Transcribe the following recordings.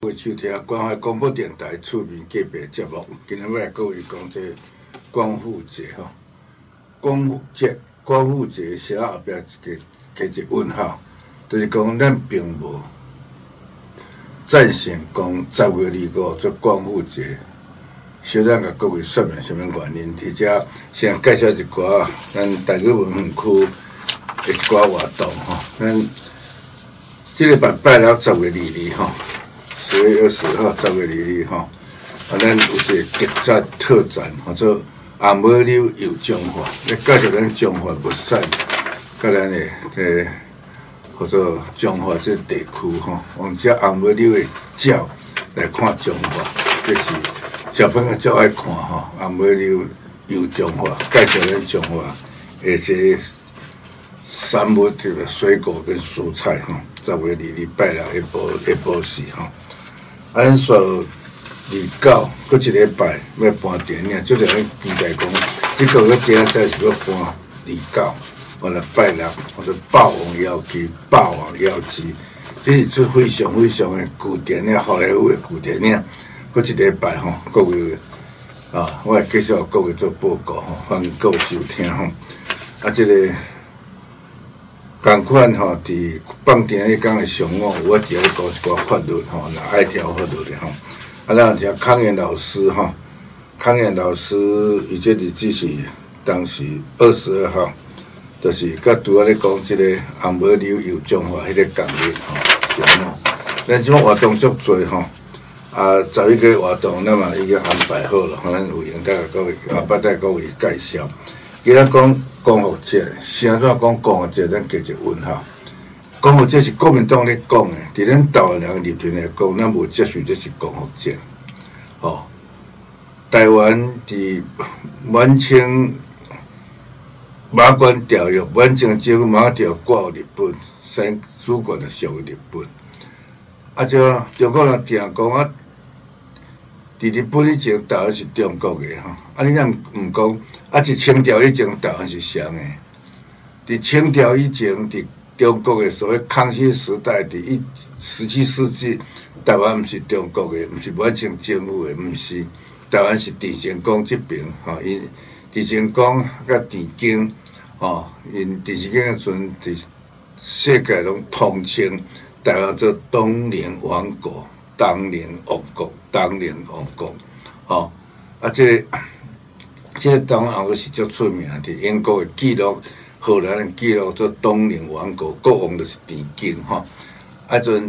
各位收听关怀广播电台厝边隔壁节目，今日要来各位讲这光复节吼。光复节写后壁加一个问号，就是讲咱并无赞成讲10月25做光复节。小咱甲各位说明什么原因，或者先介绍一寡咱台语文园区的一寡活动吼。咱这个拜六10月22吼，10月20号10月22号，咱有一个特展特展，叫做红毛柳游中华，来介绍咱中华物产，甲咱的叫做中华这地区吼，用这红毛柳的鸟来看中华，这是小朋友最爱看吼。红毛柳游中华，介绍咱中华的这产物，这个水果跟蔬菜吼。10月22拜六下晡时吼，咱煞29，搁一礼拜要搬电影，就是咱期待讲，即个月今仔是要搬29，完了拜六，或者霸王妖姬，这是非常非常的旧电影，好莱坞的旧电影。搁一礼拜吼，各位我会继续各位做报告吼，欢迎各位收听吼。这个共款吼，伫放电迄天的上午，我伫咧讲一寡法律吼，爱条法律的吼。咱有听康源老师吼，康源老师伊这日子是当时22号，就是甲拄仔咧讲即个红毛柳游中华迄个共日吼上午。咱即摆活动足多吼，11个活动咱嘛已经安排好了，咱有闲再甲各位捌再各位介绍。今仔讲光复节，是安怎讲光复节？咱加一个问号。光复节是国民党咧讲的，伫咱台湾人立场来讲，咱无接受这是光复节。台湾伫满清马关条约，满清政府马条挂予日本，先主权就属于日本。中国人定讲伫日本以前，台湾是中国的吼。你若毋讲，伫清朝以前，台湾是谁的？伫清朝以前，伫中国的所谓康熙时代，伫17世纪，台湾毋是中国的，毋是满清政府的，毋是。台湾是郑成功这边吼，因郑成功甲郑经因郑成功的阵伫世界拢统称台湾做东宁王国。东宁王国，这个东王是足出名的，英国的记录、荷兰的记录做东宁王国，国王就是郑经吼。阵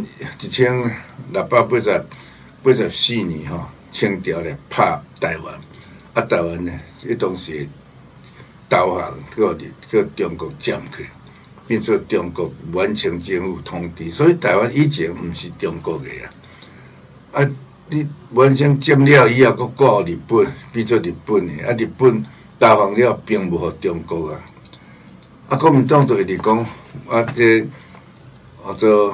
1684年吼，清朝来拍台湾，台湾呢，迄当时投降，叫中国占去，变做中国满清政府统治，所以台湾以前毋是中国的啊。你满清占了以后，佫挂予日本，变做日本的。日本投降了，并无互中国啊。国民党就一直讲，这叫做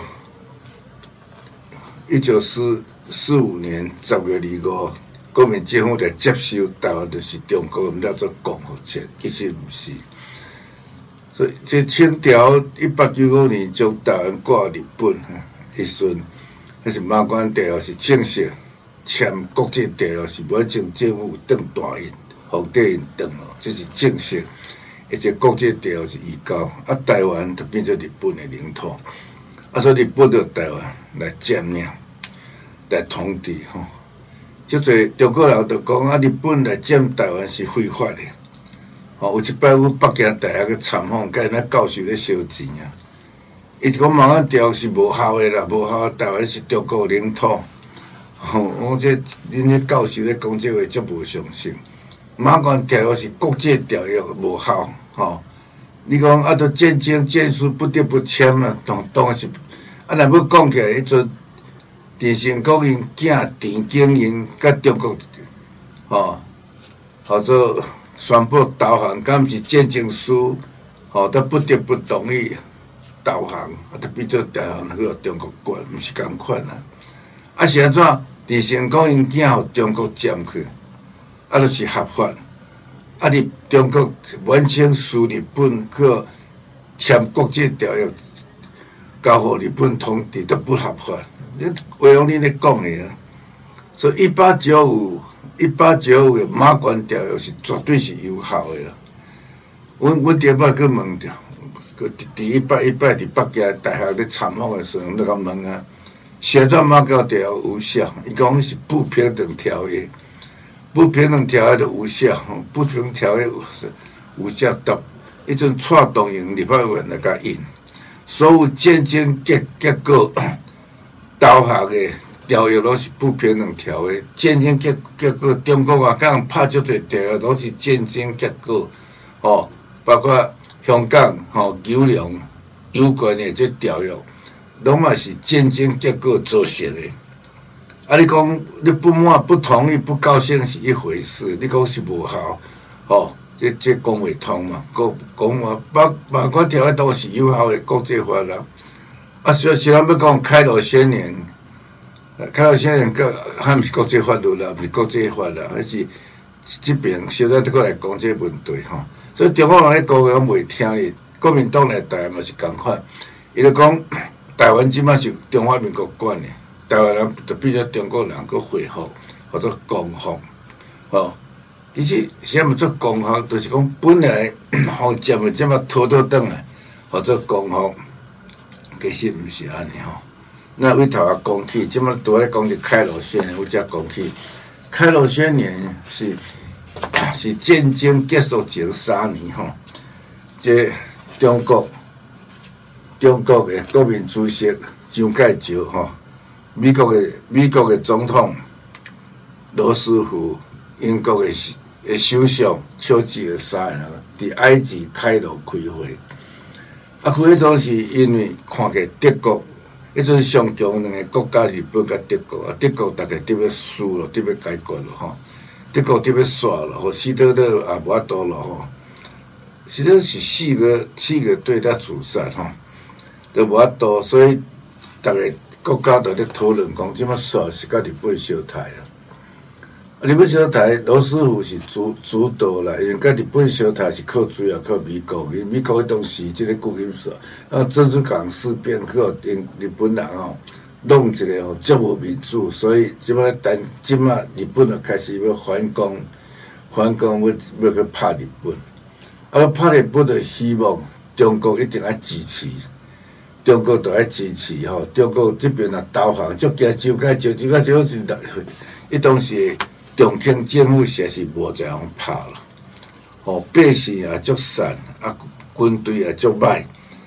1945年10月25，国民政府来接收台湾，就是中国，毋了做光复节，其实毋是。所以，这清朝1895年将台湾挂予日本，迄阵。迄是马关条约是正式签国际条约，是满清政府转大印、皇帝印转咯，这是正式。而且国际条约是移交，台湾就变做日本的领土，所以日本就台湾来占领、来统治吼。即侪中国人就讲日本来占台湾是非法的。有一摆阮北京大学去参访，甲因那教授咧烧钱啊。伊就讲马关条约是无效的啦，无效，台湾是中国领土。我这恁咧教授咧讲这话足无相信。马关条约是国际条约，无效。你讲都战争战术不得不签啊，当然是。若要讲起来，迄阵郑成功因囝郑经因甲中国叫做宣布投降，敢毋是战争输，都不得不同意。投降，就变做台湾去中国管，毋是共款啊！是安怎？郑成功因囝互中国占去，就是合法。你中国满清输日本去签国际条约，交互日本统治都不合法， 你话用你咧讲的啊。所以1895的马关条约是绝对是有效的啦。阮第一摆去问着，第一摆伫北京大学咧参访的时候，就甲问啊，写转马关条约有效？伊讲是不平等条约，不平等条约就有效，不平等条约有效到，迄阵蔡东营立法委员来甲印，所有渐渐结果投下的条约拢是不平等条约，渐渐结果中国外港拍足侪条约拢是渐渐结果，哦，包括香港、九龙有关的这条约，拢嘛是渐渐结果做成的。啊，你讲你不满、不同意、不高兴是一回事，你讲是无效，这讲袂通嘛？讲话马关条约都是有效的国际法啦。啊，虽然要讲开罗宣言。开罗宣言还毋是国际法律啦，毋是国际法啦，还是即边小咱过来讲这个问题吼。所以中国人咧讲话拢袂听哩，国民党来台嘛是共款，伊就讲台湾即摆是中华民国管的，台湾人就变做中国人去恢复或者公放，其实啥物做公放，就是讲本来方针的即摆拖倒转来，或者公放，其实毋是安尼吼。那为头啊讲起，即摆拄咧讲起开罗宣言，我才讲起开罗宣言是战争结束前3年吼，这中国的国民主席蒋介石吼，美国的总统罗斯福，英国的首相丘吉尔3个人伫埃及开罗开会，开会当时因为看起德国。迄阵上强两个国家，日本甲德国啊，德国大概伫要输咯，伫要解决咯吼，德国伫要煞咯，希特勒也无法度咯吼，希特勒是4个对他主战吼，都无法度，所以逐个国家都咧讨论讲，即摆煞是甲日本相杀啊。日本相杀，罗斯福是主导啦，因为甲日本相杀是靠主要靠美国，因为美国迄当时即个顾金煞，珍珠港事变去互日本人弄一个足无民主，所以即摆日本就开始要反攻要去拍日本，拍日本就希望中国一定要支持。中国就要支持吼，中国这边也投降，足惊蒋介石好像伊当时重庆政府实在是无在通拍啦，百姓也足散，军队也足歹，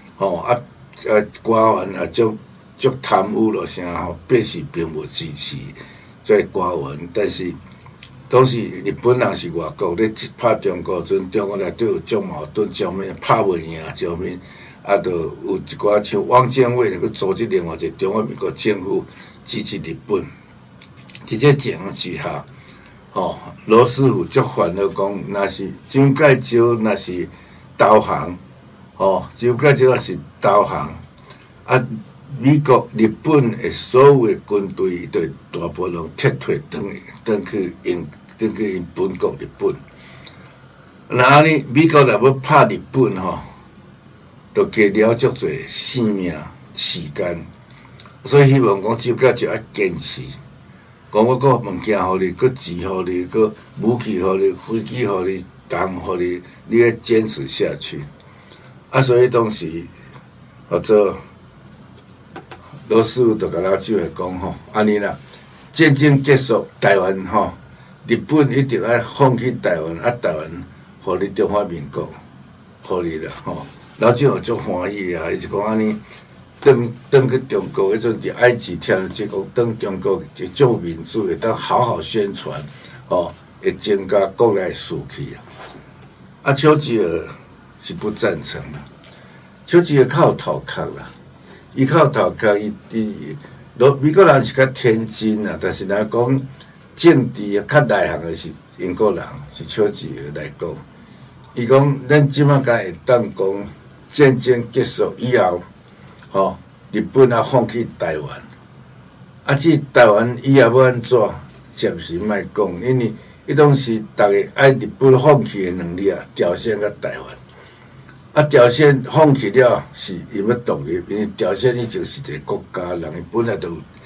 官员也足贪污咯啥百姓并无支持这官员，但是当时日本人是外国咧拍中国阵，中国内底有足矛盾，上面拍袂赢，上面。就有一寡像汪精卫去组织另外一个中华民国政府支持日本，伫这情况之下，罗斯福足烦恼讲，若是蒋介石若是投降，蒋介石若是投降，美国、日本的所有的军队，对大部分撤退转去因本国日本。那安尼，美国若要拍日本就加了足侪性命时间，所以希望讲蒋介石要坚持，讲我个物件互你，个钱互你，个武器互你，飞机互你，弹互你，你要坚持下去。所以当时或者罗斯福就甲老周会讲安尼啦，战争结束，台湾日本一定要放弃台湾，台湾互你中华民国，互你啦老周也足欢喜啊！伊就讲安尼，转去中国迄阵伫埃及听即讲，转中国就足民主，会当好好宣传，会增加国内士气啊。丘吉尔是不赞成的，丘吉尔较有头壳啦，伊较有头壳，美国人是较天真啦，但是若讲政治较内行的是英国人，是丘吉尔来讲，伊讲咱即摆敢会当讲。战争结束以后，日本也放弃台湾，至台湾以后要安怎，暂时莫讲，因为迄当时逐个爱日本放弃的能力朝鲜甲台湾，朝鲜放弃了是因要独立，因为朝鲜已经是一个国家，人伊本来就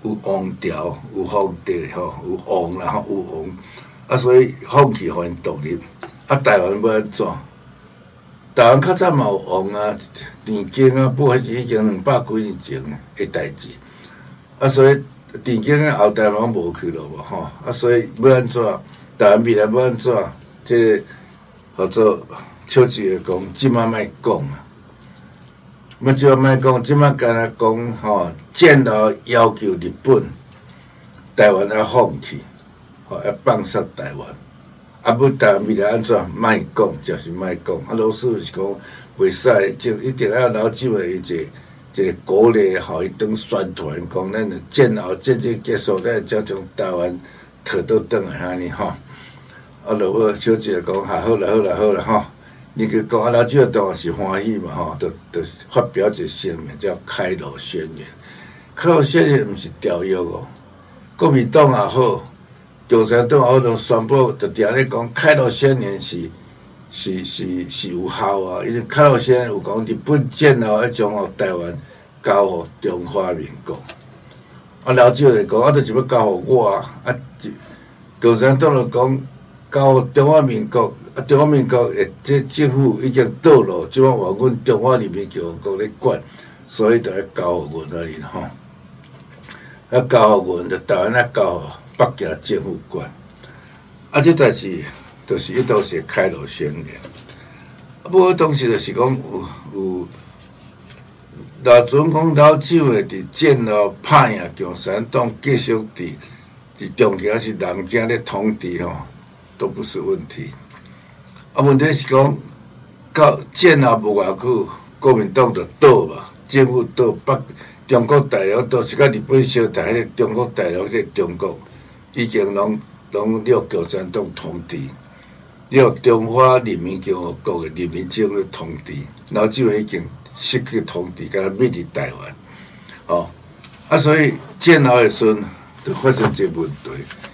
有王朝，有皇帝吼，有王啦吼，有王，啊，所以放弃互因独立。啊，台湾要安怎？台湾较早嘛有王啊，田径啊，不过是已经200几年前的代志。啊，所以田径的后代拢无去咯无吼。啊，所以要安怎？台湾未来要安怎？即个叫做笑一个讲，即摆莫讲啊。要即摆莫讲，即摆干那讲吼，战后要求日本、台湾要放弃，吼要放杀台湾。啊，要台湾未来安怎？莫讲，就是莫讲。啊，老师是讲袂使，就一定要老酒的一个鼓励，互伊当宣传，讲咱的战后战争结束，咱才将台湾摕倒转来安尼吼。啊，落尾小姐讲，好啦好啦好啦吼。你去讲啊，老酒当然是欢喜嘛吼，就发表一个声明，叫《开罗宣言》。开罗宣言毋是条约哦，国民党也好。共产党也拢宣布，就定咧讲开罗宣言是有效啊！因为开罗宣言有讲日本战后要将台湾交互中华民国。啊，老少会讲，就是要交互我啊！啊，共产党就讲交互中华民国，啊，中华民国这政府已经倒落，即摆换阮中华人民共和国咧管，所以就要交互阮而已吼。啊，交互阮，就台湾啊交互北京政府管，啊，这代志就是一度是开罗宣言。啊，不过当时就是讲有老船讲老酒的伫战后拍赢共产党，继续伫重庆是南京咧统治吼，都不是问题。啊，问题是讲到战后无偌久，国民党就倒嘛，政府倒中国大陆倒是甲日本相台，迄个中国大陆迄个中国。已经拢了共产党统治，了中华人民共和国的人民政府统治，老酒已经失去统治，甲灭入台湾，哦，啊，所以战后的时阵就发生这问题，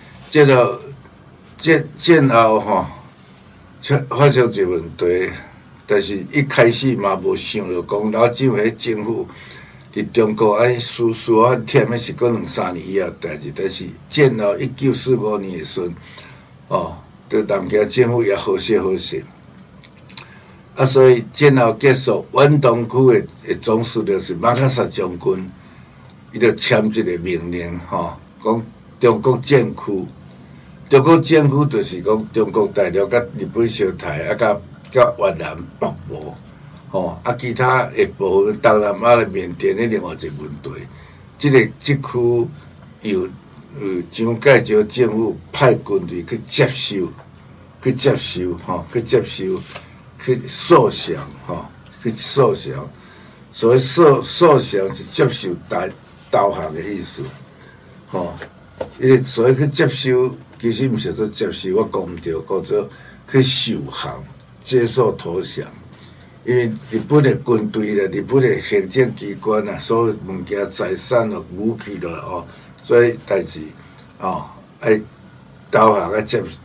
战后吼，发生这问题，但是一开始嘛无想着讲老酒迄政府。伫中国安尼输啊忝的是过2-3年以后代志，但是战后1945年的时阵，哦，对南京政府也好势，啊，所以战后结束，远东区的总司令是马克萨将军，伊就签一个命令，吼，讲中国战区，中国战区就是讲中国大陆甲日本相台，啊，甲越南北部。哦，啊，其他下部分东南亚的缅甸的另外一个问题，即区由蒋介石政府派军队去接收，吼，去受降，吼，去受降。所谓受降是接受投降的意思，吼。所以去接收，其实毋是做接收，我讲毋对，叫做去受降，接受投降。因为日本的军队啦，日本的行政机关啊，所有物件、财产咯、武器咯，哦，所以代志，哦，爱投降啊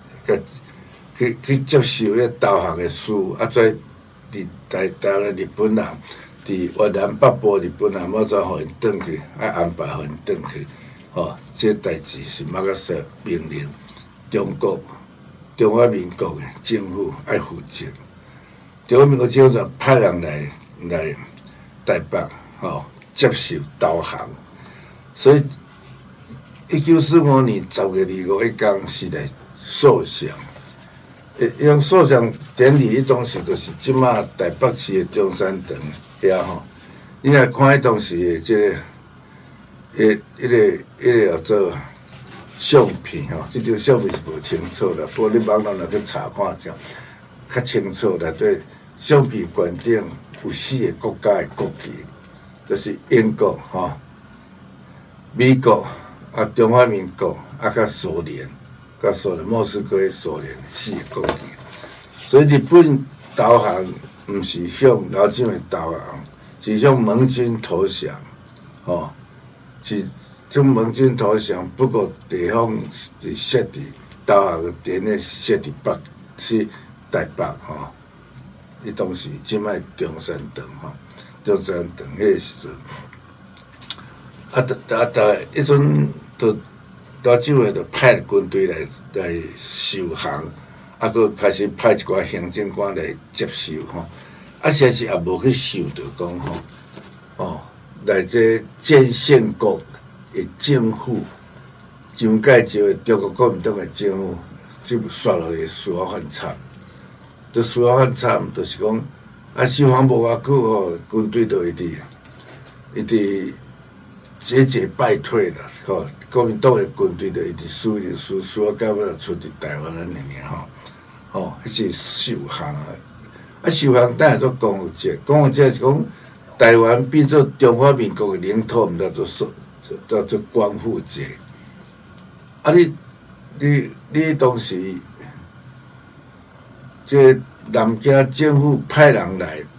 去接受咧投降的事，啊，再伫大陆日本人，伫越南北部日本人要怎互因转去，爱安排互因转去，哦，这代志是马克思命令中华民国的政府爱负责。中华民国政府就派人来台北，吼，接受投降。所以1945年10月25日天是来受降。用受降典礼，迄当时就是即马台北市的中山堂遐吼。你来看迄当时的迄个叫做相片吼，即张相片是无清楚啦，不过你网络来去查看者，较清楚内底。相片馆顶有4个国家的国旗，就是英国、吼、美国、啊中华民国、啊甲苏联、莫斯科的苏联4个国旗。所以日本投降毋是向老蒋的投降，是向盟军投降，吼，是向盟军投降。不过地方是设伫投降的点咧设伫是台北，吼。伊当时即摆中山堂吼，中山堂迄个时阵， 迄阵都老蒋诶，就派军队来受降，佫开始派一寡行政官来接受吼。实是也无去受着讲来这建宪国诶政府，蒋介石诶中国国民党诶政府，即刷落去司法犯惨。司法犯惨，就是讲受降无偌久吼，军队就一直节节败退啦，国民党诶军队就一直输到尾出伫台湾咱尔迄是受降啊。受降等下做光复节，光复节是讲台湾变做中华民国诶领土，毋叫做光复节。你当时这南京政府派人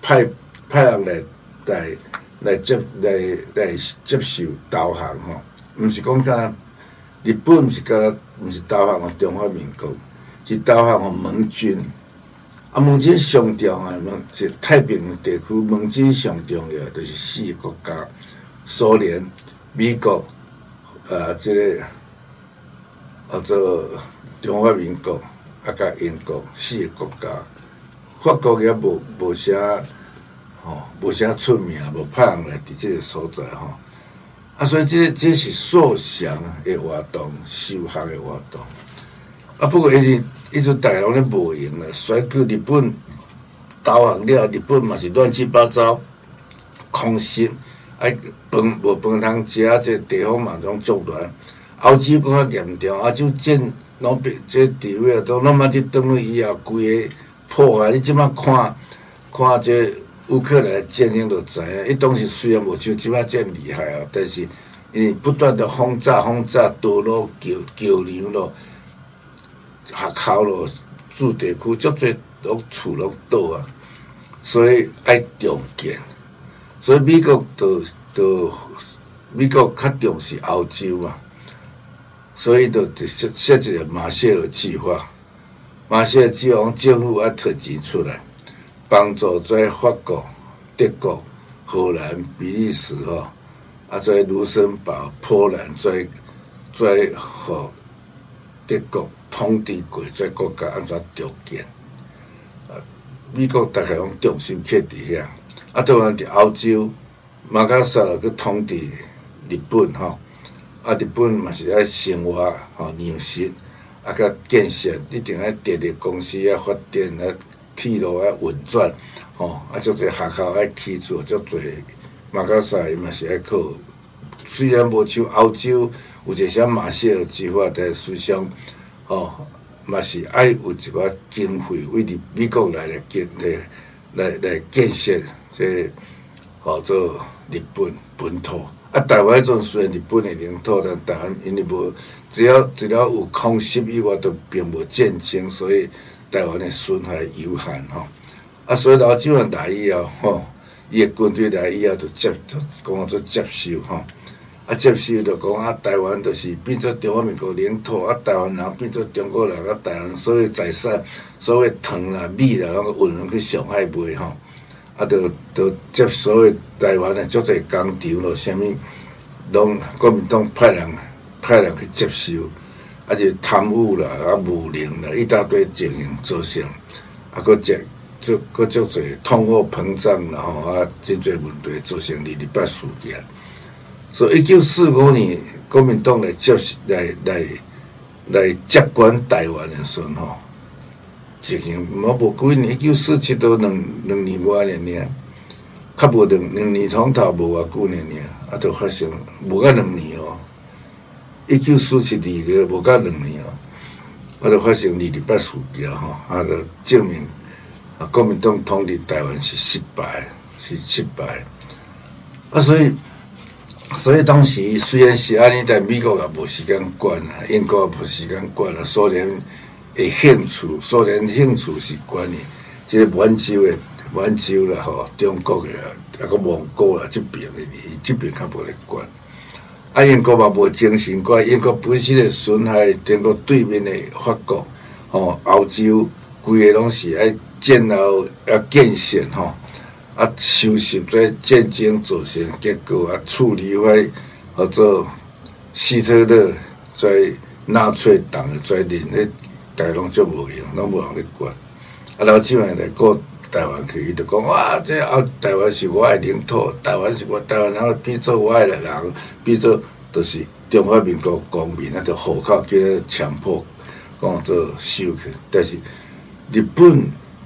来接受投降吼，毋是讲敢日本，毋是投降互中华民国，是投降互盟军。盟军上重要是太平洋地区，盟军上重要就是4个国家：苏联、美国、这个做中华民国甲英国4个国家。法国也无啥出名，无派人来伫即个所在所以这是受降的活动，受降的活动。不过迄阵大家拢咧无闲啦，选举日本投降了，日本嘛是乱七八糟，空心，无饭通食，这地方嘛拢作乱。欧洲更较严重，欧洲战拢这地位都拢嘛伫转去以后，规个破坏。你即摆看这乌克兰战争就知影，伊当时虽然无像即摆这么厉害但是因为不断的轰炸道路、桥梁咯。学校咯，住地区足侪拢厝拢倒所以爱重建。所以美国较重视欧洲所以设一个马歇尔计划。马歇尔计划政府要摕钱出来，帮助在法国、德国、荷兰、比利时在卢森堡、波兰在互德国。统治过这国家安怎重建？美国大概拢重心揢伫遐，当然伫欧洲，马卡萨去统治日本日本嘛是爱生活粮食甲建设，一定爱电力公司发电铁路运转足侪学校爱起厝，足侪马卡萨伊嘛是爱靠，虽然无像欧洲有一些马歇尔计划，但思想。嘛是爱有一寡经费为美国来建设这做日本本土。台湾阵虽然日本的领土，但台湾因为无只要有空袭以外，都并无战争，所以台湾的损害有限所以老蒋人来以后伊的军队来以后就讲做接受接受就讲台湾就是变做中华民国领土台湾人变做中国人台湾所有财产、所有糖啦、米啦，拢运去上海卖就接所有台湾的足侪工厂咯，啥物拢国民党派人去接受，就贪污啦、污吏啦，一大堆情形造成，佫足侪通货膨胀啦真侪问题造成228事件。所以1945年，国民党来接管台湾的时候情形无几年，1947都两年外尔，较无两年通头无偌久尔，就发生无到2年1947年个无到2年就发生228事件就证明国民党统治台湾是失败，所以当时虽然是安尼，但美国也无时间管英国也无时间管苏联的兴趣是管即个满洲啦中国的佫蒙古啦即边较无咧管。英国嘛无精神管，英国本身的损害，中国对面的法国欧洲规个拢是爱战后建设收拾这战争造成结果处理或做希特勒在纳粹党的在领，迄大家拢足无用，拢无人咧管。啊，老蒋来过台湾去，伊就讲哇，这台湾是我的领土，台湾是我台湾人变做我的人，变做就是中华民国公民，啊，就户口叫咧强迫讲做收去。但是日本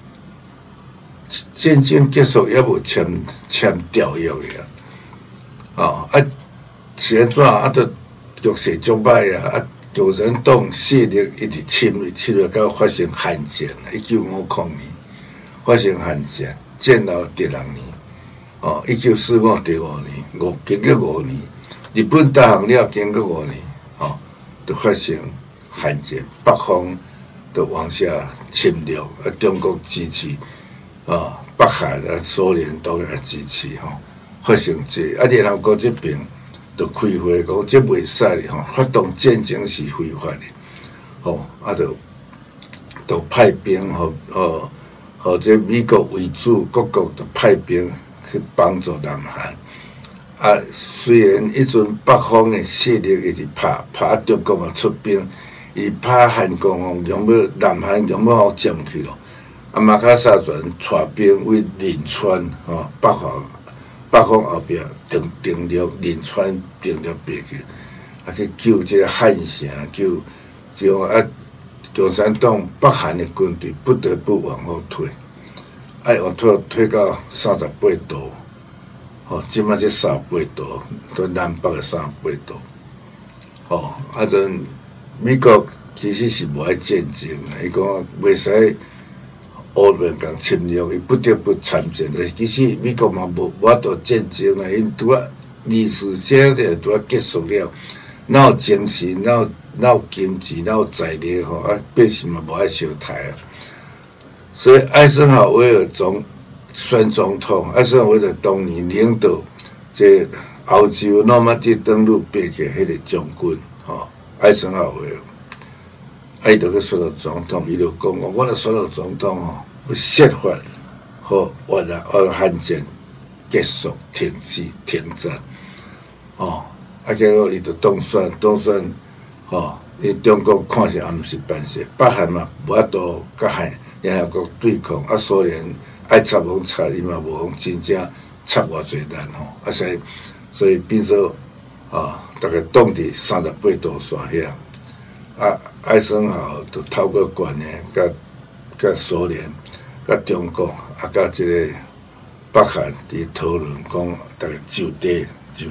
战争结束也无签条约个啊，是安怎啊？就局势足歹啊！共产党势力一直侵略到发生罕战，1950年发生罕战，战后第6年，1945第5年，经过5年，日本投降了，经过5年，就发生罕战，北方就往下侵略，中国支持，北韩苏联当然支持，发生联合国这边。就开会讲，这袂使哩吼，发动战争是非法的，就派兵和这美国为主，各国就派兵去帮助南韩。虽然迄阵北方的势力一直拍中国也出兵，伊拍韩国用要南韩用要互占去咯。马卡萨船带兵为仁川北方后壁登陆仁川登陆过去，去救这个汉城，救共产党北韩的军队不得不往后退，往退到38度，即摆这38度，都南北的38度，阵美国其实是无爱战争的，伊讲袂使。乌联共侵略，伊不得不参战。其实美国嘛无法度战争啦，因拄啊历史这个拄啊结束了，哪有精神，哪有经济，哪有财力百姓嘛无爱小台啊。所以艾森豪威尔选总统，艾森豪威尔当年领导这欧洲诺曼底登陆北去迄个将军，艾森豪威尔。伊就去选到总统，伊就讲我若选到总统要设法互韩战结束、停战，结果伊就当选，因中国看是也毋是办事，北韩嘛无法度甲联合国对抗，苏联爱插拢插，伊嘛无讲真正插偌济人所以变做大概挡伫38度线遐。艾森豪就透过关系，甲苏联、甲中国，甲即个北韩伫讨论，讲大概就地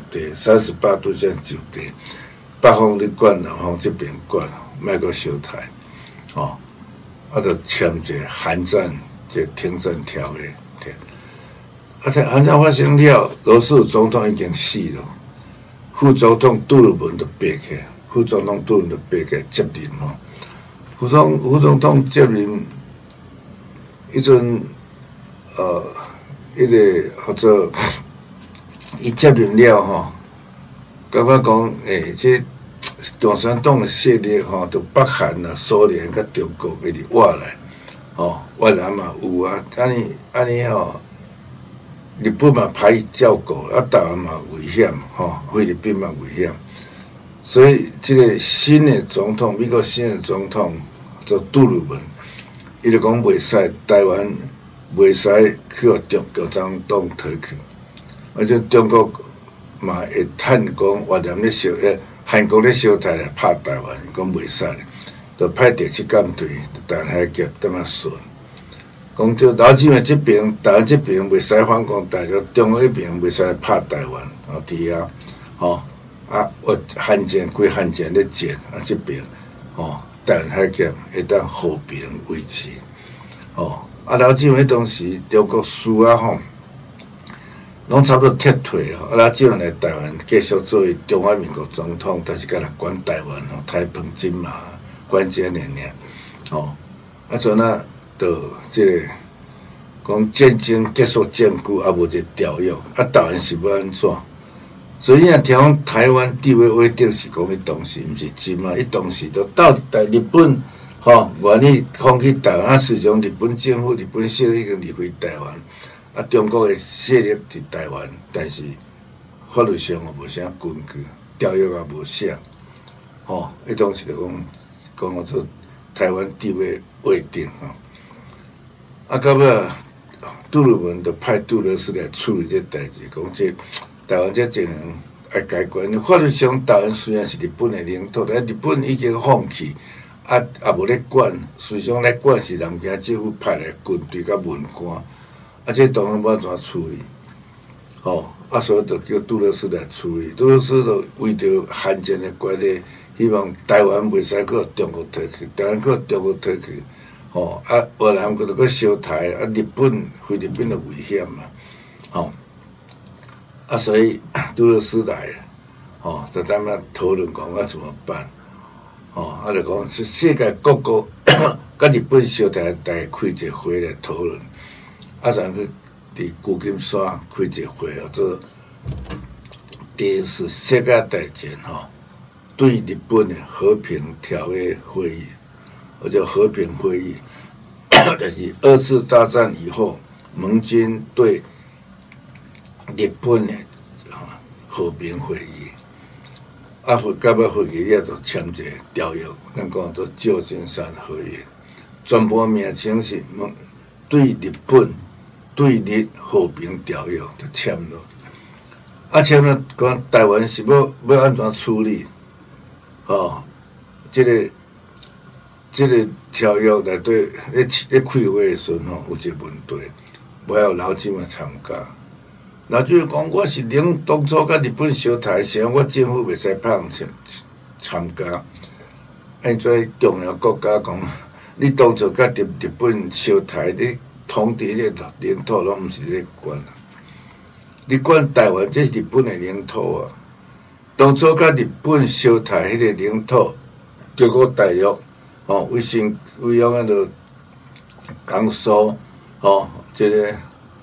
38度线就地，北方你管，南方这边管，莫阁小台，就签一个韩战这停战条约。韩战发生了，罗斯总统已经死了，副总统杜鲁门就爬起。副总统杜鲁门就爬起接任副总统接任，迄阵迄个或者伊接任了感觉讲这共产党的势力就北韩啊、苏联甲中国一直挖来，越南嘛有啊，安尼日本嘛歹照顾，台湾嘛危险，菲律宾嘛危险。所以，这个新的总统，美国新的总统做杜鲁门，伊就讲袂使台湾袂使去互共产党摕去，而且中国嘛会趁讲越南咧烧，韩国咧烧台来拍台湾，讲袂使，就派第7舰队台湾海峡踮啊顺，讲就老蒋的这边，台湾这边袂使反攻大陆，中国迄边袂使来拍台湾，伫韩战归韩战咧战，这边台湾海峡会当和平维持，老蒋迄当时中国输拢差不多撤退了，老蒋来台湾继续作为中华民国总统，但是甲来管台湾台澎金马关键年，阵就即个讲战争结束证据也无一个条约，台湾是要安怎？所以听讲台湾地位约定是讲，伊当时毋是真啊，伊当时都到日本，愿意放弃台湾，实际上日本政府、日本势力已经离开台湾，中国的势力伫台湾，但是法律上无啥根据， 条约也无写，吼，迄当时就讲做台湾地位未定吼。啊，到尾杜鲁门就派杜勒斯来处理这代志，讲这台湾这情形爱解决。法律上，台湾虽然是日本的领土，但日本已经放弃，也无咧管，实际上咧管是南京政府派来军队甲文官，这当然要怎处理？吼，所以就叫杜勒斯来处理。杜勒斯就为着汉奸的关系，希望台湾袂使搁中国摕去，台湾搁中国摕去。吼，越南佮着佮烧台，日本菲律宾就危险嘛，吼，所以杜勒斯来，吼，就咱们讨论讲怎么办，吼，就讲世界各国甲日本烧台，大家开一个会来讨论，然后去伫旧金山开一个会，叫做第一次世界大战吼对日本的和平条约会议。叫和平会议，就是2次大战以后，盟军对日本的和平会议。到尾会议了就签一个条约，咱讲做旧金山合约，全部名称是对日本对日和平条约就签了。签了讲台湾是要安怎处理？这个条约内底咧开会的时阵有一个问题，无有老金也参加。老金讲我是当初甲日本烧台时，我政府袂使派人参加。按做重要国家讲，你当初甲日本烧台，你统治你领土拢毋是你管啊。你管台湾，这是日本的领土啊。当初甲日本烧台迄个领土，叫我大陆。为用迄个江苏，这个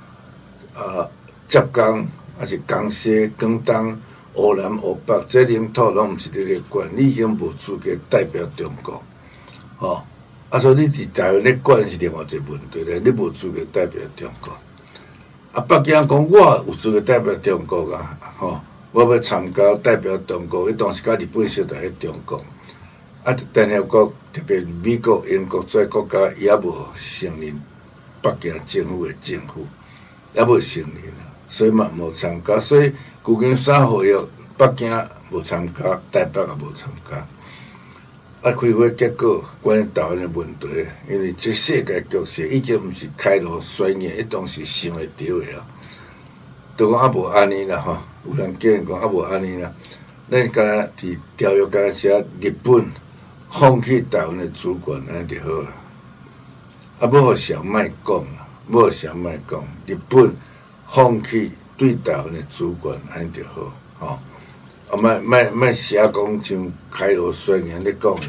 浙江还是江西、广东、湖南、湖北，这领土拢毋是你咧管，你已经无资格代表中国，所以你伫台湾咧管是另外一个问题咧，你无资格代表中国。北京讲我有资格代表中国啊，我要参加代表中国，伊当时甲日本烧台迄中国。联合国特别美国、英国这国家也无承认北京政府的政府，也无承认，所以嘛无参加。所以旧金山合约，北京无参加，台北也无参加。开会结果关于台湾的问题，因为这世界局势已经毋是开罗宣言，迄当时想会到的啊。就讲无安尼啦有人建议讲无安尼啦。咱敢若伫条约敢若写日本。放弃台湾的主权，安尼就好啦。要互小麦讲啦，要互小麦讲，日本放弃对台湾的主权，安尼就好。莫写讲像开罗宣言咧讲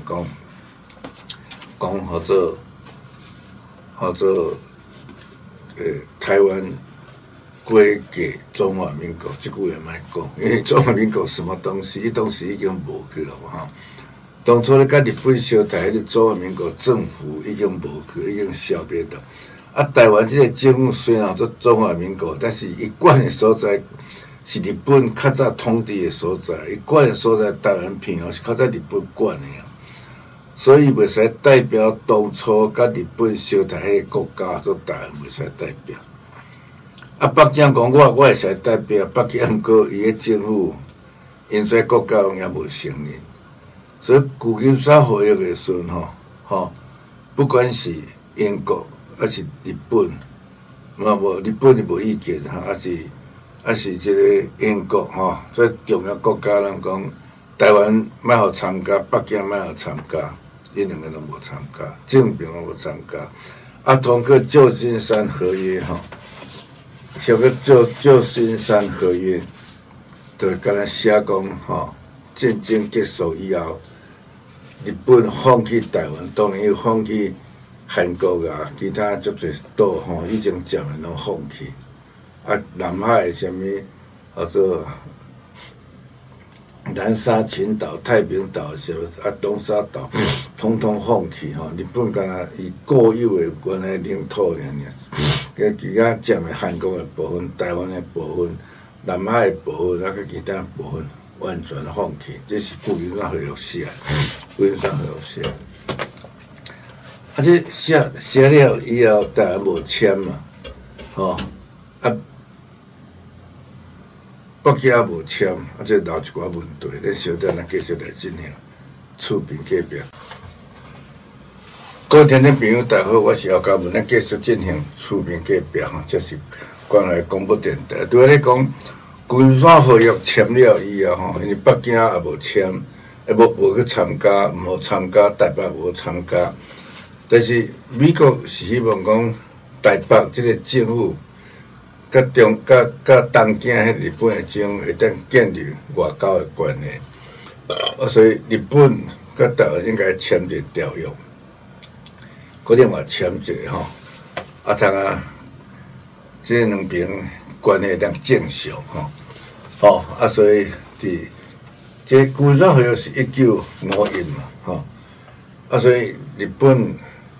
或者台湾归给中华民国，即句话莫讲，因为中华民国什么东西，迄当时已经无去了当初咧，甲日本烧台，迄个中华民国政府已经无去，已经消灭了。台湾即个政府虽然做中华民国，但是伊管的所在是日本较早统治的所在，伊管的所在台湾片是较早日本管的啊，所以袂使代表当初甲日本烧台迄个国家做台湾，袂使代表。北京讲我会使代表，北京毋过伊个政府，因这国家也无承认。所以旧金山合约的时阵不管是英国还是日本，日本就无意见还是这个英国这重要国家人讲台湾莫互参加，北京莫互参加，因两个都无参加，正平拢无参加。通过旧金山合约写个旧金山合约，就敢若写讲战争结束以后。日本放弃台湾，当然又放弃韩国啊，其他足侪岛已经渐渐拢放弃。南海什么做南沙群岛、太平岛什么东沙岛，统统放弃日本敢若以固有的原来领土尔，佮其他占的韩国的部分、台湾的部分、南海的部分，佮其他部分完全放弃，这是旧金山合约写，旧金山合约写。啊，这写了以后，当然无签嘛，吼，啊，北京也无签，啊，这闹一寡问题，咱小等咱继续来进行厝边隔壁。各位听众朋友，大家好，我是姚嘉文，咱继续进行厝边隔壁吼，这是关来广播电台。对我咧讲，金山合约签了以后吼，因为北京也无签，也无去参加，毋好参加，台北无参加。但是美国是希望讲台北即个政府，甲东京迄日本的政府会当建立外交的关系，所以日本甲台湾应该签一个条约，搁另外签一个吼，啊，通啊，即个两边关系当正常吼，啊，所以伫这金山合约是1951嘛，啊，所以日本。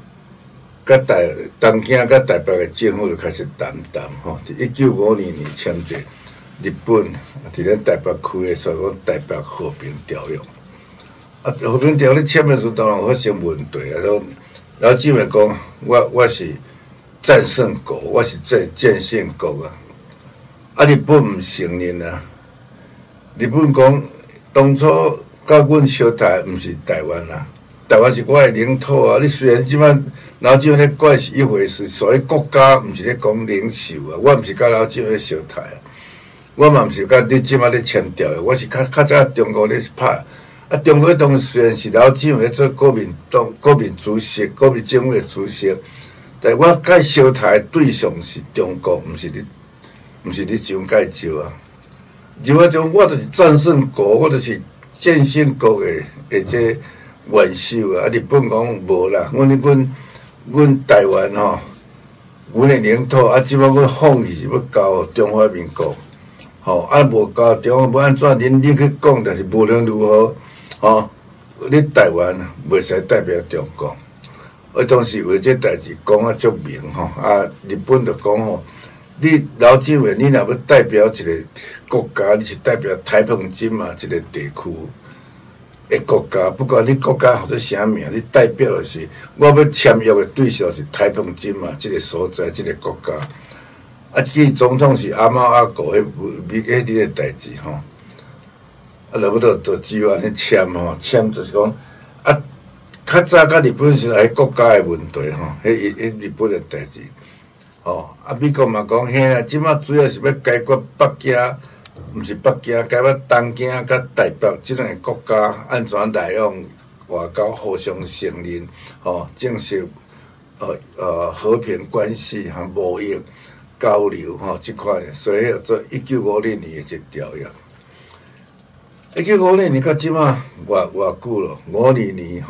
东京甲台北的政府就开始谈吼。1952年签一个日本伫咱台北区的所讲台北和平条约。啊，和平条约签的时候当然有发生问题啊。老姊妹讲，我是战胜国，我是战胜国啊。啊，日本毋承认啊。日本讲当初甲阮相台毋是台湾啊，台湾是我的领土啊。你虽然即摆。老蒋咧管是一回事，所以国家毋是咧讲领袖啊，我毋是甲老蒋咧相台啊，我嘛毋是甲你即摆咧签条的，我是较早中国咧拍，啊，中国当虽然是老蒋咧做国民主席、国民政府的主席，但我甲相台的对象是中国，毋是你蒋介石啊。如果讲我就是战胜国，我就是战胜国的这元首啊，日本讲无啦，阮台湾吼，阮的领土啊，即摆阮放弃是要交中华民国，啊无交中华要安怎？恁去讲，但是无论如何，你台湾袂使代表中国。当时为这代志讲啊足明啊，日本就讲你老蒋诶，你若要代表一个国家，你是代表台澎金马一个地区。的国家，不管你国家或者啥名，你代表的是我要签约的对象是台澎金马这个所在，这个国家。啊，其实总统是阿猫阿狗迄个代志吼。啊，落尾就只有安尼签签就是讲啊，较早甲日本时迄国家的问题迄日本的代志。啊，美国嘛讲，嘿啦，即摆主要是要解决北京。毋是北京，解决东京甲台北即两个国家安怎来用外交互相承认，正式和平关系和贸易交流即块的，所以叫做1950年的一个条约。1950年到即摆偌久咯，52年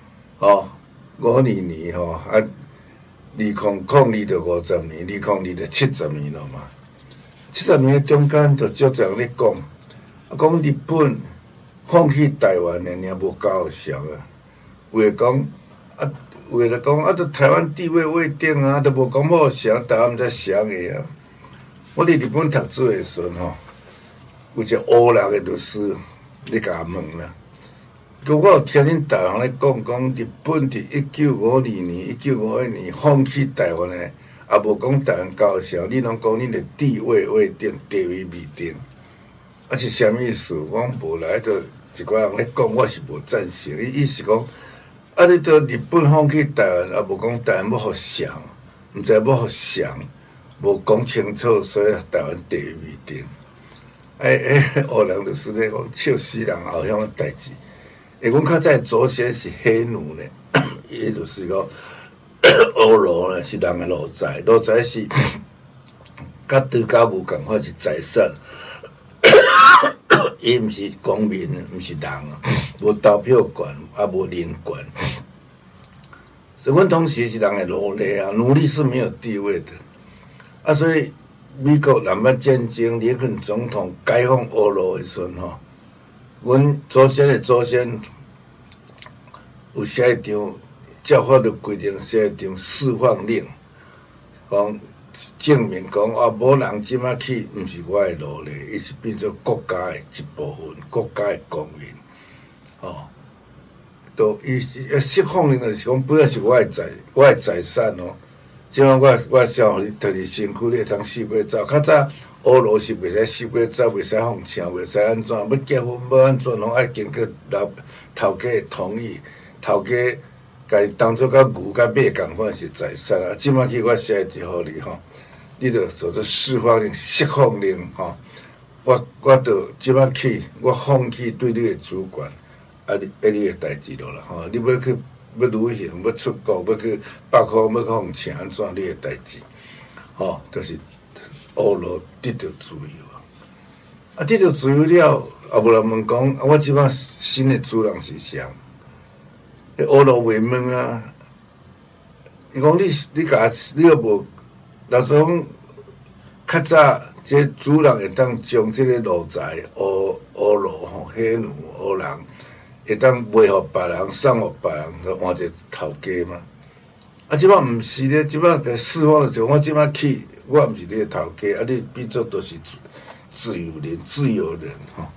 52年啊，2002就50年，2002就70年了嘛。70年中间，就足多人咧讲日本放弃台湾的，尔无够上啊。为了讲啊，都台湾地位未定啊，都无讲要上，台湾才上个啊。我伫日本读书的时阵有一个乌人的律师咧甲我问啦。我有听恁台湾咧讲日本伫1952年、1951年放弃台湾的。也无讲台湾高效，你拢讲恁的地位未定，地位未定，啊是啥物意思？我无来着一寡人咧讲，我是无赞成。伊意思讲，啊你着日本放弃台湾，也无讲台湾要互上，毋知要互上，无讲清楚，所以台湾地位未定。黑人就是咧讲笑死人后向的代志。阮较早祖先是黑奴呢，伊就是讲。乌罗呢是人的路财，路财是甲猪甲牛共款是财产，伊毋是公民，毋是人啊，无投票权，也无人权。所以阮当时是人的奴隶啊，奴隶是没有地位的啊。所以美国南北战争，林肯总统解放乌罗的时阵阮祖先的祖先有写一张。照法律规定写一张释放令，讲证明讲啊，无人即马去，毋是我的奴隶，伊是变做国家的一部分，国家的公民，都伊释放令就是讲，本来是我的财产哦。即摆我想互你摕伫身躯，你会通四过走。较早乌罗是袂使四过走，袂使放枪，袂使安怎，要结婚要安怎，拢爱经过头家的同意，头家家当做甲牛甲马共款是财产啊。即摆去我写一互你吼，你着做做释放令、释放令吼。我着即摆去，我放弃对你的主权，你的代志落啦吼，你要去。要旅行，要出国，要去北方，要放枪，安怎你的代志？就是乌罗得到自由啊！得到自由了，也无人问讲，我即摆新的主人是啥？乌罗袂问啊！伊讲你又无，若种较早，这主人会当将这个奴才乌罗黑奴乌人。会当卖互别人，送互别人，就换一个头家嘛。即摆毋是咧，即摆个释放就我即摆去，我毋是你个头家，你变做都是自由人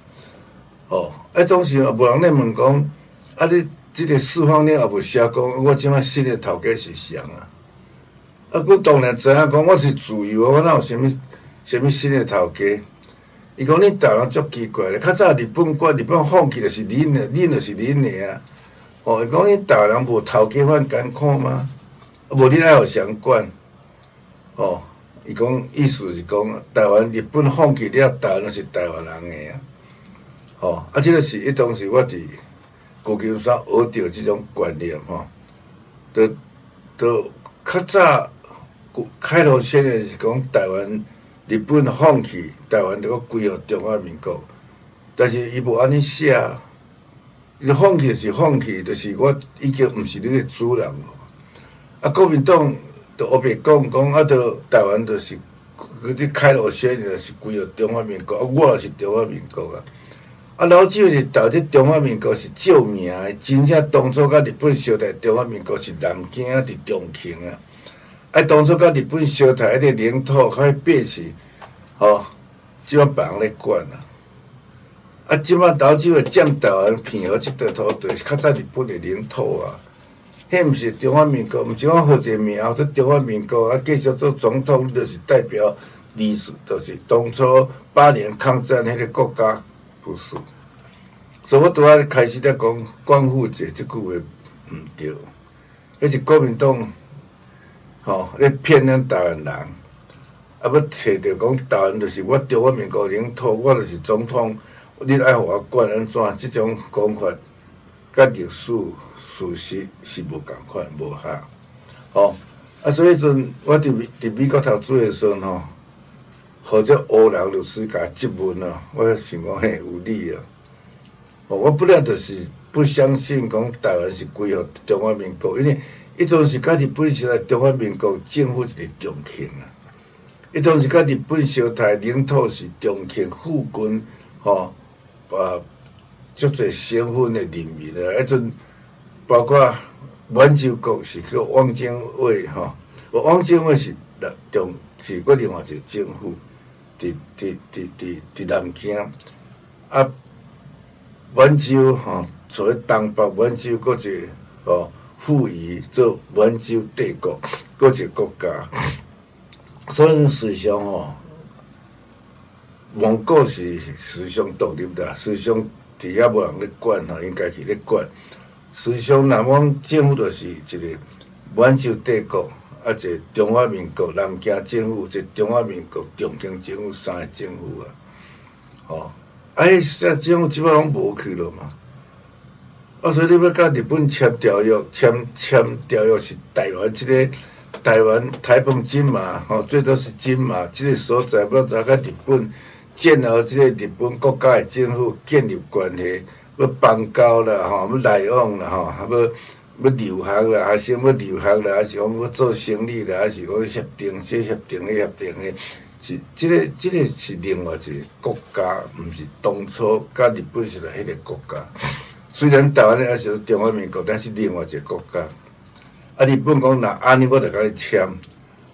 当时也无人咧问讲，你即个释放了也无写讲，我即摆新的头家是谁啊？佮当然知影讲我是自由我哪有啥物新的头家？伊讲恁台湾足奇怪咧，较早日本管日本放弃就是恁的，恁就是恁的啊。伊讲恁台湾人无头家法艰苦吗？无恁爱互谁管？伊讲意思是讲台湾日本放弃了，台湾就是台湾人的啊。即个是当时我伫旧金山学到即种观念都较早开罗先的是讲台湾。日本放弃台湾，着搁归互中华民国，但是伊无安尼写。伊放弃是放弃，就是我已经毋是你个主人了。国民党着黑白讲着台湾就是嗰啲开罗先就是归互中华民国，我是中华民国啊。老酒是投这中华民国是救命的，真正当初甲日本相待，中华民国是南京伫重庆啊。当初甲日本相待，迄个领土较变是，即摆别人咧管啊。即摆老酒会占台湾片互即块土地，是较早日本的领土啊。迄毋是中华民国，毋是讲号一个名，做中华民国继续做总统，就是代表历史，就是当初8年抗战迄个国家，不是。所以我拄仔开始咧讲光复节即句话毋对，迄是国民党。咧骗咱台湾人，要摕着讲台湾就是我中华民国领土，我就是总统，你爱互我管安怎？即种讲法，甲历史事实是无共款，无合。所以阵我伫美国读书的时阵或者乌人律师甲质问我想讲嘿有理啊。我本来就是不相信讲台湾是归互中华民国，因为。伊当时甲日本时代中华民国政府一个重庆啊，伊当时甲日本相待领土是重庆附近足侪身份的人民啊，迄阵包括满洲国是叫汪精卫汪精卫是是搁另外一个政府，伫南京满洲做咧东北满洲搁一个溥仪做满洲帝国，搁一个国家，所以思想蒙古是思想独立啦，思想伫遐无人咧管应该是咧管。思想南方政府就是一个满洲帝国，一个中华民国南京政府，一个中华民国重庆政府三个政府迄政府即摆拢无去了嘛。所以你要甲日本签条约，签条约是台湾即个台澎金马最多是金马即个所在，要甲日本建立即个日本国家的政府建立关系，要邦交啦要来往啦要留学啦，还是要留学啦，还是讲要做生意啦，还是讲协定写协定的，是即个是另外一个国家，毋是当初甲日本时代迄个国家。虽然台湾还是中华民国，但是另外一个国家。日本讲若安尼，我就甲你签。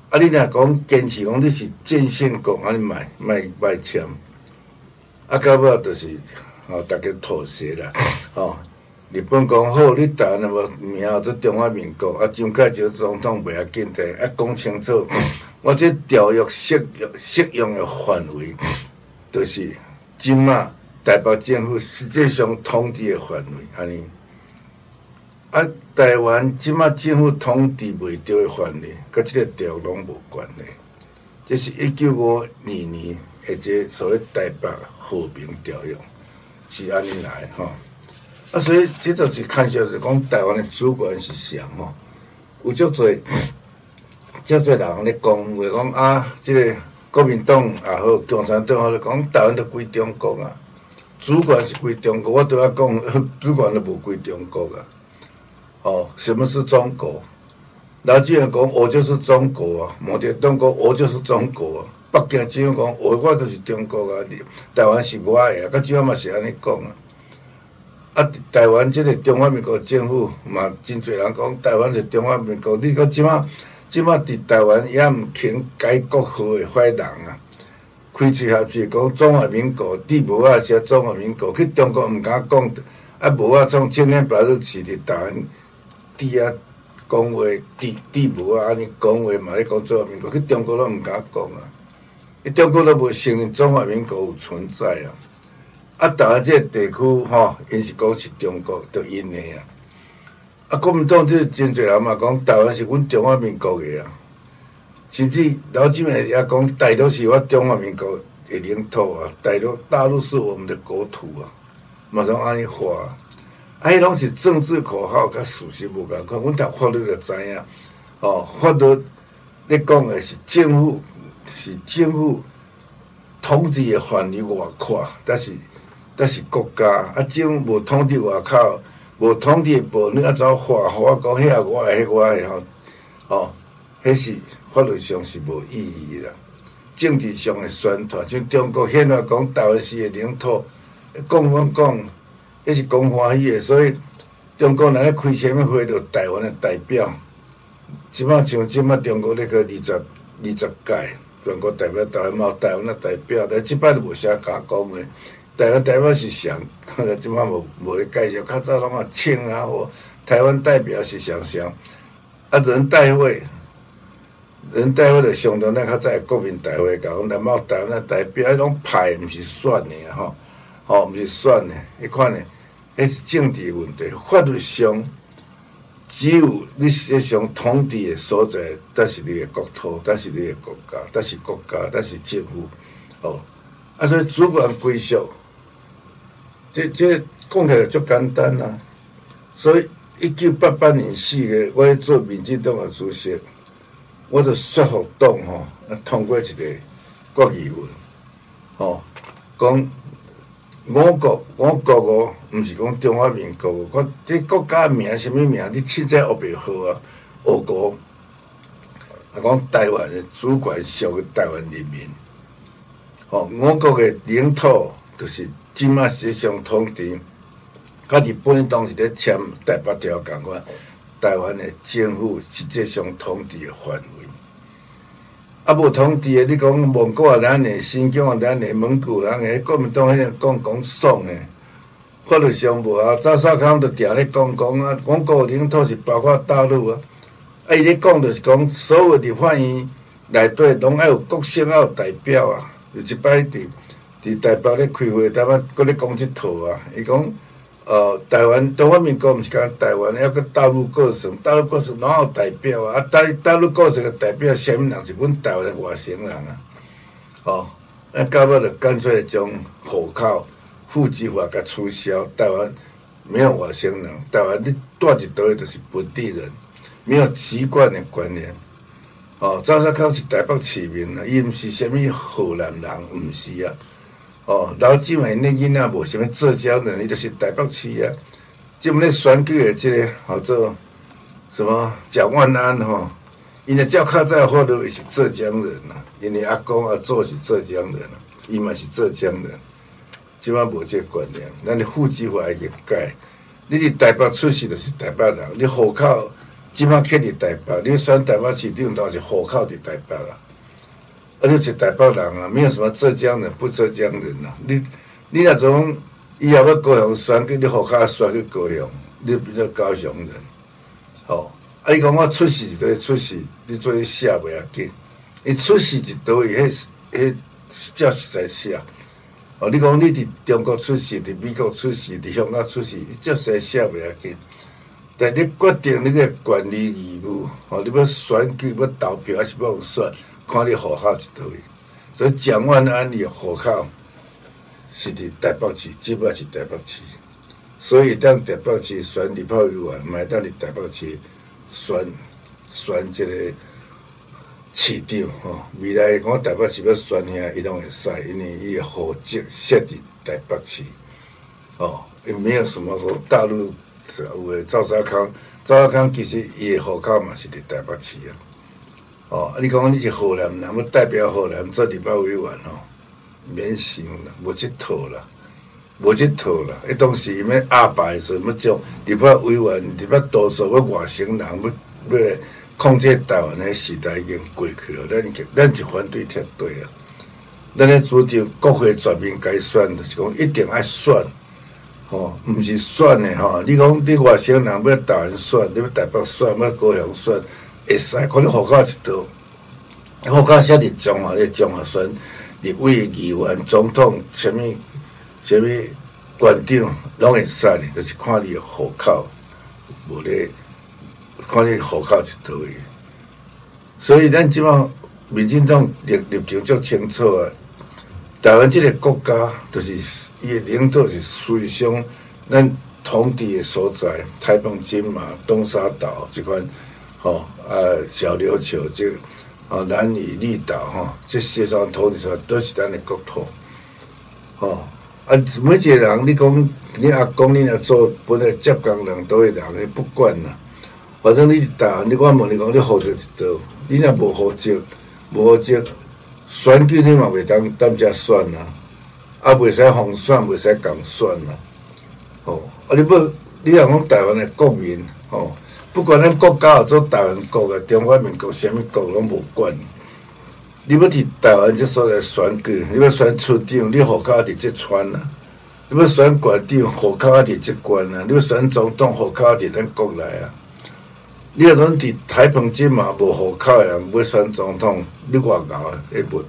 啊，你若讲坚持讲你是建宪国，安尼卖签，啊，到尾就是大家妥协啦，日本讲好，你台湾无名号做中华民国，啊，蒋介石总统袂要紧的，啊，讲清楚，我这条约适用的范围，就是即马台北政府实际上统治的范围，安尼。啊，台湾即马政府统治袂着的范围，甲即个条拢无关的。这是1952年的这所谓台北和平条约，是安尼来吼。啊，所以这就是看起来就讲台湾的主权是谁吼？有足侪人咧讲话讲啊，这个国民党也好，共产党好，讲台湾都归中国啊，主权是归中国。我拄仔讲，主权都无归中国啊。什么是中国？老纪元讲我就是中国啊，毛泽东讲我就是中国啊，北京政府讲我就是中国啊，台湾是我的啊，到即摆嘛是安尼讲啊。啊，台湾即个中华民国政府嘛，真侪人讲台湾是中华民国。你讲即摆伫台湾也毋肯改国号的坏人啊，开嘴合嘴讲中华民国，地无啊写中华民国，去中国毋敢讲，啊无啊从青天白日起伫台湾底啊讲话，地无啊安尼讲话嘛咧讲中华民国，去中国都毋敢讲啊，中国都无承认中华民国有存在啊。啊，台湾即个地区因是讲是中国，就因的啊。啊，国民党即真侪人嘛讲台湾是阮中华民国的啊，甚至老金也讲大陆是我中华民国的领土啊，大陆是我们的国土啊，马上安尼话啊，迄拢是政治口号，甲事实无共款。阮读法律就知影，法律咧讲的是政府统治的范围外扩，但是国家啊，政府无统治外口，无统治的部你怎画？互我讲，迄我的，迄我的迄是法律上是无意义啦。政治上的宣传，像中国宪法讲台湾是的领土，讲，迄是讲欢喜的。所以中国人咧开啥物会，就台湾的代表。即摆中国咧个20届全国代表台湾嘛有台湾的代表，但即摆就无啥敢讲的。台湾代表是谁？即摆无咧介绍，较早拢请啊，或台湾代表是谁？啊，人代会就相当咱较早国民大会讲，南茂台湾的代表，迄种派毋是选的毋是选的，迄款的，迄是政治问题。法律上，只有你实际上统治的所在，才是你的国土，才是你的国家，才是国家，才是政府。啊，所以主权归属。这讲起来足简单啦，所以1988年4月，我咧做民进党的主席，我就说服党通过一个国议文，讲我国毋是讲中华民国，这国家名什么名？你凊彩学袂好啊？我国讲台湾的主权属于台湾人民，我国的领土就是即马实际上统治，甲日本当时咧签第8条共款，台湾的政府实际上统治的范围。啊，无统治的，你讲蒙古也咱的，新疆也咱的，蒙古咱的，国民党迄个讲爽的，法律上无啊。赵少康就定咧讲啊，我国领土是包括大陆啊。啊，伊咧讲就是讲，所有立法院内底拢爱有国省，爱有代表啊。有一摆伫台北咧开会，台湾搁咧讲即套啊。伊讲，台湾中华民国毋是讲台湾，还搁大陆各省，大陆各省拢有代表啊。大陆各省的代表，啥物人是阮台湾的外省人啊？咱到尾就干脆将户口户籍法甲取消，台湾没有外省人，台湾你住一倒就是本地人，没有籍贯的观念。赵少康是台北市民啊，伊毋是啥物河南人，毋是啊。老蒋的那囡仔无啥物浙江人，伊就是台北市啊。即么咧选举的即个叫做什么蒋万安因为照较早法律伊是浙江人啊，因为阿公阿祖是浙江人啊，伊嘛是浙江人。即摆无这观念，咱的户籍法会改。你伫台北出世就是台北人，你户口即摆去伫台北，你选台北市长都是户口伫台北啊，而且是台北人啊，没有什么浙江人不浙江人啊。你若种以后要高雄选举，你户口选去高雄，你变做高雄人，吼。啊，你讲我出世就出世，你做去写袂要紧。伊出世伫倒位，迄照实在写。哦，你讲你伫中国出世，伫美国出世，伫香港出世，你照实在写袂要紧。但你决定你个权利义务，吼，你要选举要投票还是要选，看你户口伫倒位。所以蒋万安伊户口是伫台北市，即摆是台北市。所以当台北市选立法委员，嘛当伫台北市选即个市长吼。未来讲台北市要选遐，伊拢会使，因为伊个户籍设伫台北市，哦，也没有什么说大陆。有诶，赵少康其实伊诶户口嘛是伫台北市啊。哦，你讲你是河南人，要代表河南做立法委员吼，免想啦，无即套啦，迄当时伊要压败诶时阵，要将立法委员、立法多数要外省人要控制台湾诶时代已经过去了，咱是反对撤退啊。咱咧主张国会全面改选，就是讲一定爱选。吼，毋是选的吼。你讲你外省人要台湾选，你要台北选，要高雄选，会使。看你户口一倒，户口写伫中华，你中华选立委、议员、总统，啥物县长拢会使的，就是看你的户口，无咧看你户口是倒位。所以咱即摆民进党立场足清楚啊。台湾即个国家就是。伊的领导是随上咱统治的所在，台澎金马、东沙岛即款，吼小琉球即兰屿、绿岛吼，即些上统治出来都是咱的国土，吼每一个人，你讲你阿公、你阿祖本来浙江人倒位人，你不管啦，反正你台湾，我问你讲，你户籍是倒？你若无户籍，选举你嘛袂当遮选啊。啊，袂使封选，袂使共选啦，吼！啊，你若讲台湾的国民，吼，不管咱国家有做台湾国啊、中华民国啥物国拢无管。你要伫台湾这所在选举，你要选村长，你户口伫这村啊；你要选县长，户口伫这县啊；你要选总统，户口伫咱国内啊。你若讲伫台澎金马无户口的人要选总统，你外交啊，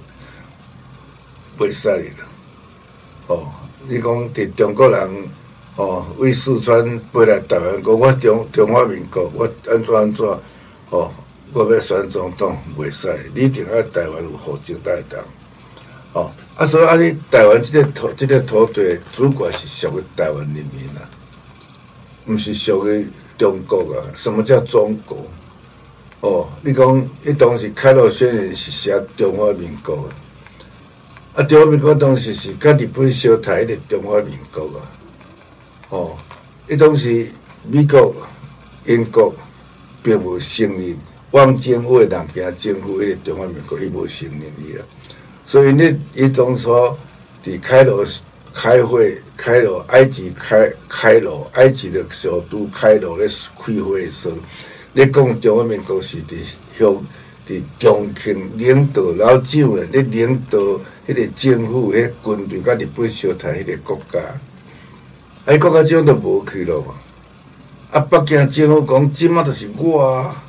袂使啦。哦，你讲伫中国人哦，为四川飞来台湾，讲我中华民国，我安怎，哦，我要选总统袂使，你一定要台湾有户籍才会当。哦，啊，所以你台湾即个土地主权是属于台湾人民啊，毋是属于中国啊。什么叫中国？哦，你讲迄当时开罗宣言是写中华民国的。啊，中华民国当时是甲日本相台的中华民国啊，哦，迄当时美国、英国并无承认汪精卫人行政府迄个中华民国，伊无承认伊啊，所以伊当初伫开罗开会，埃及开罗，埃及的首都开罗咧开会的时候，咧讲中华民国是伫重庆领导老蒋诶，咧领导迄个政府、迄个军队，甲日本相台迄个国家，迄国家政府都无去咯嘛。啊，北京政府讲，即马就是我啊，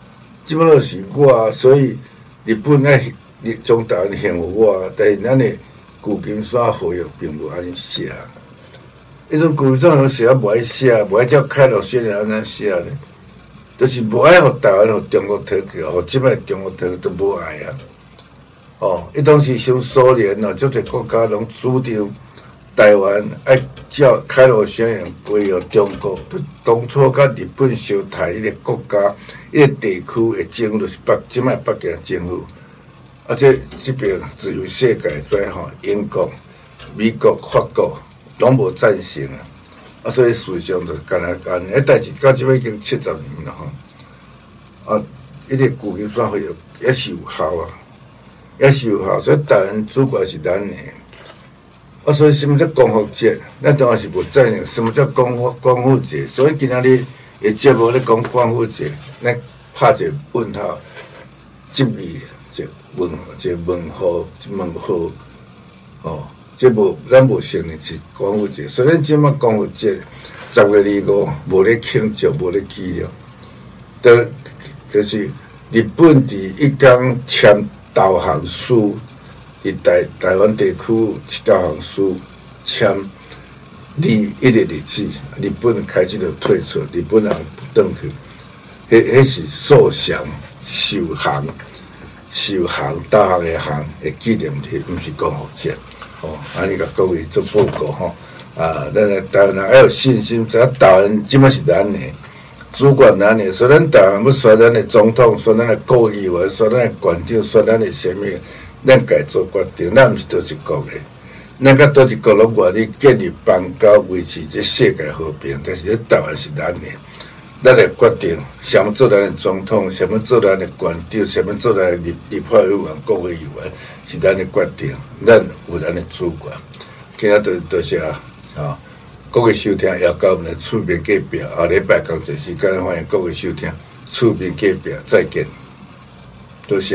所以日本爱将台湾献互我啊。但是咱的旧金山合约并无安尼写，迄种旧金山合约写无爱写，无爱照开罗宣言安怎写咧。就是无爱互台湾互中国摕去，互即摆中国摕去都无爱啊！哦，伊当时像苏联哦，足侪国家拢主张台湾爱照开罗宣言归予中国。当初甲日本相台迄个国家、迄个地区的政府就是即摆北京政府。啊，即边自由世界跩吼，英国、美国、法国拢无赞成啊。啊，所以事实上就干，迄代志到即摆已经70年了吼。啊，迄个旧金山合约也是有效啊，所以台湾主权是咱的。啊，所以什么叫光复节？咱当然是无赞成。什么叫光复节？所以今仔日诶节目咧讲光复节，咱拍一个问号，即味一问号，哦，即无咱无承认是光复节。虽然即摆光复节10月25无咧庆祝，无咧纪念，就是日本伫一江签导航书，伫台湾地区导航书签21个日子，日本开始就退出，日本人不转去，迄是受降导航的航的纪念日，毋是光复节。哦，安尼甲各位做报告吼。咱的台湾人要有信心，知影台湾即摆是咱的。主管咱的，说咱台湾要选咱的总统，选咱的国议员，选咱的县长，选咱的啥物，咱家做决定，咱毋是倒一国的。咱甲倒一国拢愿意建立邦交，维持这世界和平，但是咧台湾是咱的，咱来决定啥物做咱的总统，啥物做咱的县长，啥物做咱的立法委员、国会议员，是咱的决定，咱有咱的主管。今仔多谢啊！各位收听，也到我们的厝边隔壁，下礼拜同一时间欢迎各位收听厝边隔壁，再见，多谢。